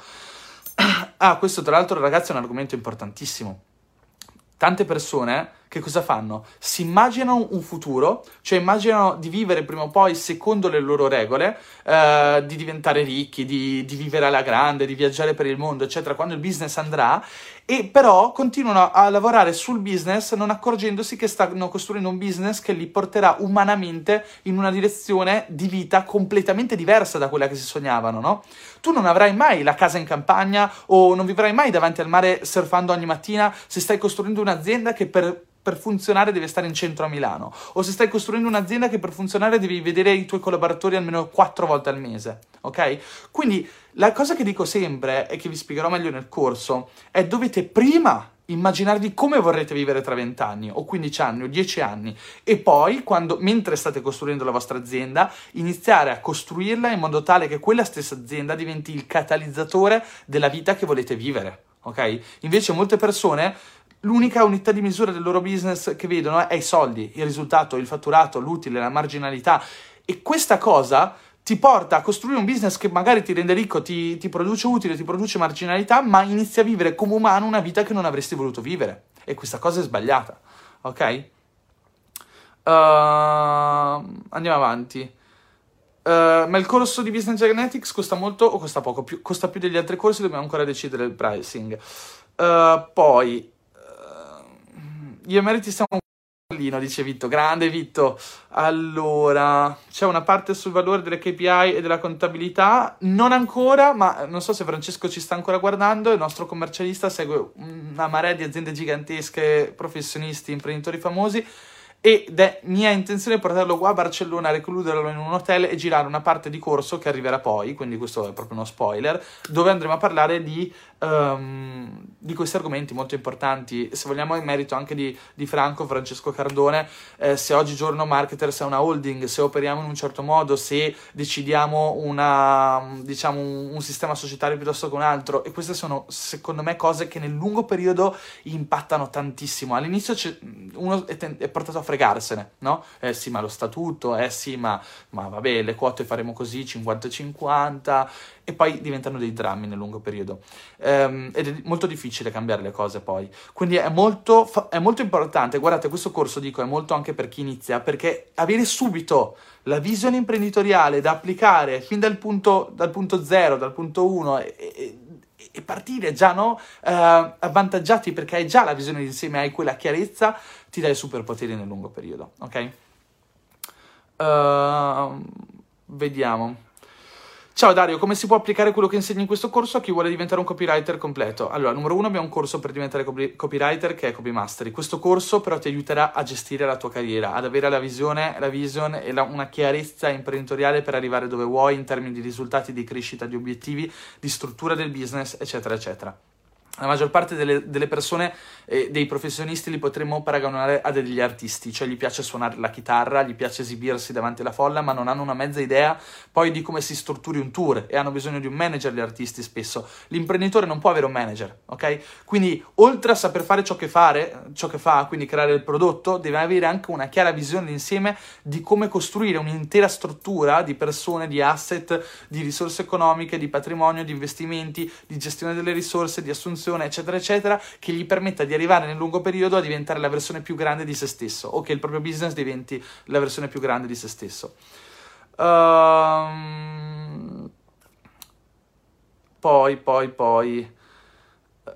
Ah, questo tra l'altro, ragazzi, è un argomento importantissimo. Tante persone che cosa fanno? Si immaginano un futuro, cioè immaginano di vivere prima o poi secondo le loro regole, eh, di diventare ricchi, di, di vivere alla grande, di viaggiare per il mondo, eccetera, quando il business andrà, e però continuano a lavorare sul business non accorgendosi che stanno costruendo un business che li porterà umanamente in una direzione di vita completamente diversa da quella che si sognavano, no? Tu non avrai mai la casa in campagna o non vivrai mai davanti al mare surfando ogni mattina se stai costruendo un'azienda che per, per funzionare deve stare in centro a Milano, o se stai costruendo un'azienda che per funzionare devi vedere i tuoi collaboratori almeno quattro volte al mese, ok? Quindi la cosa che dico sempre e che vi spiegherò meglio nel corso è: dovete prima immaginarvi come vorrete vivere tra venti anni o quindici anni o dieci anni, e poi, quando, mentre state costruendo la vostra azienda, iniziare a costruirla in modo tale che quella stessa azienda diventi il catalizzatore della vita che volete vivere, ok? Invece molte persone, l'unica unità di misura del loro business che vedono è i soldi, il risultato, il fatturato, l'utile, la marginalità, e questa cosa ti porta a costruire un business che magari ti rende ricco, ti, ti produce utile, ti produce marginalità, ma inizi a vivere come umano una vita che non avresti voluto vivere. E questa cosa è sbagliata, ok? Uh, andiamo avanti. Uh, ma il corso di Business Genetics costa molto o costa poco? Più, costa più degli altri corsi, dobbiamo ancora decidere il pricing. Uh, poi, uh, io e Meriti stiamo... dice Vitto, grande Vitto. Allora, c'è una parte sul valore delle K P I e della contabilità, non ancora, ma non so se Francesco ci sta ancora guardando. Il nostro commercialista segue una marea di aziende gigantesche, professionisti, imprenditori famosi, ed è mia intenzione portarlo qua a Barcellona, recluderlo in un hotel e girare una parte di corso che arriverà poi, quindi questo è proprio uno spoiler, dove andremo a parlare di uh, um, di questi argomenti molto importanti. Se vogliamo, in merito anche di, di Franco, Francesco Cardone, eh, se oggigiorno Marketers è una holding, se operiamo in un certo modo, se decidiamo una, diciamo, un, un sistema societario piuttosto che un altro, e queste sono secondo me cose che nel lungo periodo impattano tantissimo. All'inizio uno è, ten- è portato a fregarsene, no? Eh sì, ma lo statuto, eh sì, ma, ma vabbè, le quote faremo così, cinquanta e cinquanta, e poi diventano dei drammi nel lungo periodo. Um, ed è molto difficile cambiare le cose poi. Quindi è molto, è molto importante, guardate, questo corso, dico, è molto anche per chi inizia, perché avere subito la visione imprenditoriale da applicare fin dal punto, dal punto zero, dal punto uno, e, e, e partire già, no? Uh, avvantaggiati, perché hai già la visione d'insieme, hai quella chiarezza, ti dai superpoteri nel lungo periodo, ok? Uh, vediamo. Ciao Dario, come si può applicare quello che insegni in questo corso a chi vuole diventare un copywriter completo? Allora, numero uno, abbiamo un corso per diventare copy- copywriter che è Copy Mastery. Questo corso però ti aiuterà a gestire la tua carriera, ad avere la visione, la vision e la, una chiarezza imprenditoriale per arrivare dove vuoi in termini di risultati, di crescita, di obiettivi, di struttura del business, eccetera, eccetera. La maggior parte delle, delle persone, eh, dei professionisti, li potremmo paragonare a degli artisti, cioè gli piace suonare la chitarra, gli piace esibirsi davanti alla folla, ma non hanno una mezza idea poi di come si strutturi un tour, e hanno bisogno di un manager gli artisti spesso. L'imprenditore non può avere un manager, ok? Quindi oltre a saper fare ciò che fare, ciò che fa, quindi creare il prodotto, deve avere anche una chiara visione d'insieme di come costruire un'intera struttura di persone, di asset, di risorse economiche, di patrimonio, di investimenti, di gestione delle risorse, di assunzione, eccetera eccetera, che gli permetta di arrivare nel lungo periodo a diventare la versione più grande di se stesso, o che il proprio business diventi la versione più grande di se stesso. Um, poi poi poi uh,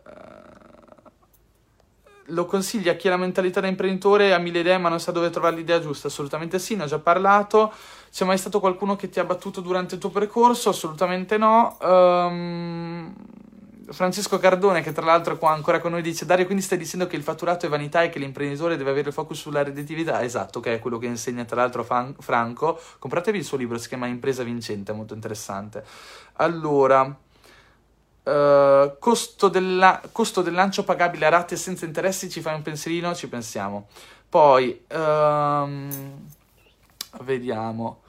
lo consigli a chi ha la mentalità da imprenditore, ha mille idee ma non sa dove trovare l'idea giusta? Assolutamente sì, ne ho già parlato. C'è mai stato qualcuno che ti ha battuto durante il tuo percorso? Assolutamente no. um, Francesco Cardone, che tra l'altro è qua ancora con noi, dice: Dario, quindi stai dicendo che il fatturato è vanità e che l'imprenditore deve avere il focus sulla redditività? Esatto, che è quello che insegna tra l'altro Franco. Compratevi il suo libro, si chiama Impresa Vincente, è molto interessante. Allora, uh, costo, della, costo del lancio pagabile a rate senza interessi, ci fai un pensierino? Ci pensiamo. Poi, um, vediamo.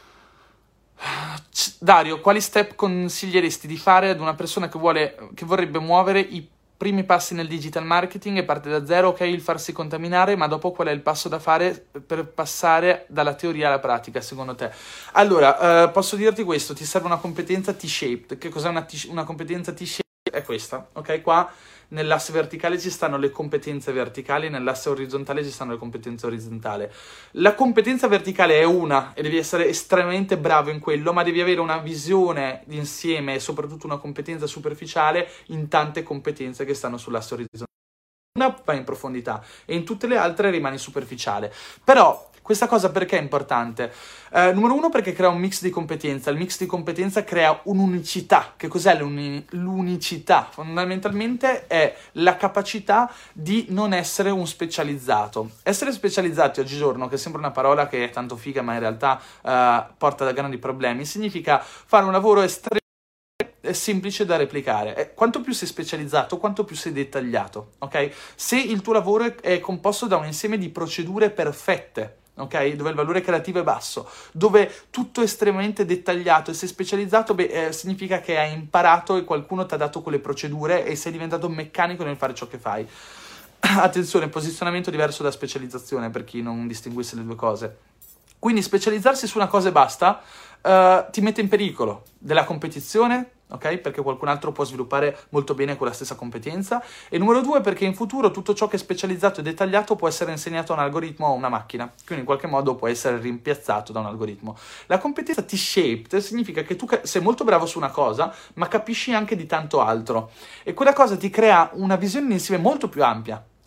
Dario, quali step consiglieresti di fare ad una persona che vuole, che vorrebbe muovere i primi passi nel digital marketing e parte da zero? Ok, il farsi contaminare, ma dopo qual è il passo da fare per passare dalla teoria alla pratica, secondo te? Allora, eh, posso dirti questo, ti serve una competenza T-shaped. Che cos'è una, T- una competenza T-shaped? È questa, ok? Qua nell'asse verticale ci stanno le competenze verticali, nell'asse orizzontale ci stanno le competenze orizzontali. La competenza verticale è una, e devi essere estremamente bravo in quello, ma devi avere una visione d'insieme e soprattutto una competenza superficiale in tante competenze che stanno sull'asse orizzontale. Una va in profondità e in tutte le altre rimani superficiale. Però questa cosa perché è importante? Eh, numero uno, perché crea un mix di competenza. Il mix di competenza crea un'unicità. Che cos'è l'uni- l'unicità? Fondamentalmente è la capacità di non essere un specializzato. Essere specializzati oggigiorno, che sembra una parola che è tanto figa ma in realtà eh, porta da grandi problemi, significa fare un lavoro estremamente semplice da replicare. Quanto più sei specializzato, quanto più sei dettagliato, ok? Se il tuo lavoro è composto da un insieme di procedure perfette, ok? Dove il valore creativo è basso, dove tutto è estremamente dettagliato e sei specializzato, beh, eh, significa che hai imparato e qualcuno ti ha dato quelle procedure e sei diventato meccanico nel fare ciò che fai. Attenzione, posizionamento diverso da specializzazione, per chi non distinguisse le due cose. Quindi specializzarsi su una cosa e basta uh, ti mette in pericolo della competizione, ok? Perché qualcun altro può sviluppare molto bene quella stessa competenza. E numero due, perché in futuro tutto ciò che è specializzato e dettagliato può essere insegnato a un algoritmo o a una macchina, quindi in qualche modo può essere rimpiazzato da un algoritmo. La competenza T-shaped significa che tu sei molto bravo su una cosa, ma capisci anche di tanto altro, e quella cosa ti crea una visione d'insieme molto più ampia.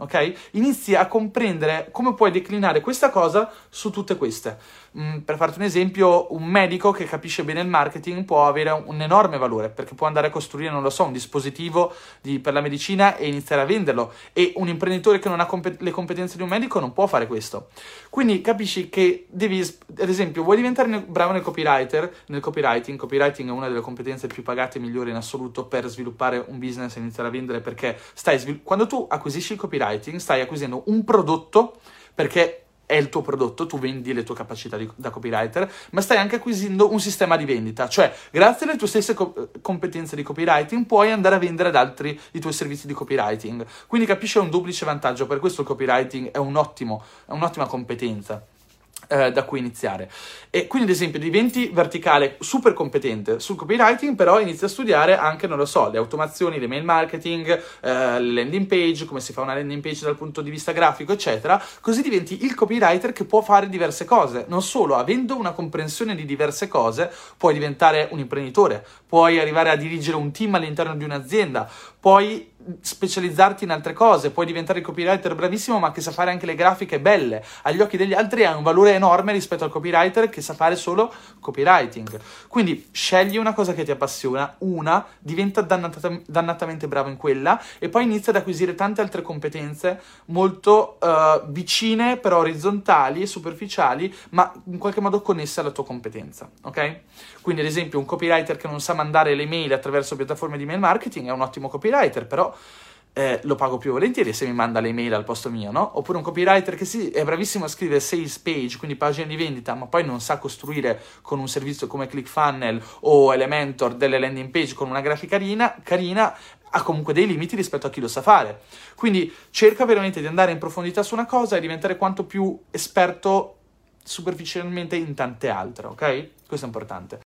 ok? Inizi a comprendere come puoi declinare questa cosa su tutte queste. Mm, per farti un esempio, un medico che capisce bene il marketing può avere un, un enorme valore, perché può andare a costruire, non lo so, un dispositivo di, per la medicina e iniziare a venderlo, e un imprenditore che non ha comp- le competenze di un medico non può fare questo. Quindi capisci che devi, ad esempio, vuoi diventare nel, bravo nel copywriter, nel copywriting. Copywriting è una delle competenze più pagate e migliori in assoluto per sviluppare un business e iniziare a vendere, perché stai svil- quando tu acquisisci il copywriting stai acquisendo un prodotto, perché è il tuo prodotto, tu vendi le tue capacità di, da copywriter, ma stai anche acquisendo un sistema di vendita, cioè grazie alle tue stesse co- competenze di copywriting puoi andare a vendere ad altri i tuoi servizi di copywriting. Quindi capisci, è un duplice vantaggio, per questo il copywriting è un ottimo, è un'ottima competenza eh, da cui iniziare. E quindi ad esempio diventi verticale super competente sul copywriting, però inizi a studiare anche, non lo so, le automazioni, l'email marketing, eh, le landing page, come si fa una landing page dal punto di vista grafico, eccetera, così diventi il copywriter che può fare diverse cose. Non solo, avendo una comprensione di diverse cose puoi diventare un imprenditore, puoi arrivare a dirigere un team all'interno di un'azienda, puoi specializzarti in altre cose, puoi diventare il copywriter bravissimo ma che sa fare anche le grafiche belle, agli occhi degli altri ha un valore enorme rispetto al copywriter che sa fare solo copywriting. Quindi scegli una cosa che ti appassiona, una, diventa dannata, dannatamente bravo in quella e poi inizia ad acquisire tante altre competenze molto uh, vicine però orizzontali e superficiali, ma in qualche modo connesse alla tua competenza, ok? Quindi ad esempio un copywriter che non sa mandare le mail attraverso piattaforme di mail marketing è un ottimo copywriter, però Eh, lo pago più volentieri se mi manda le email al posto mio, no? Oppure un copywriter che sì, è bravissimo a scrivere sales page, quindi pagine di vendita, ma poi non sa costruire con un servizio come ClickFunnels o Elementor delle landing page con una grafica carina, carina, ha comunque dei limiti rispetto a chi lo sa fare. Quindi cerca veramente di andare in profondità su una cosa e diventare quanto più esperto superficialmente in tante altre, ok? Questo è importante.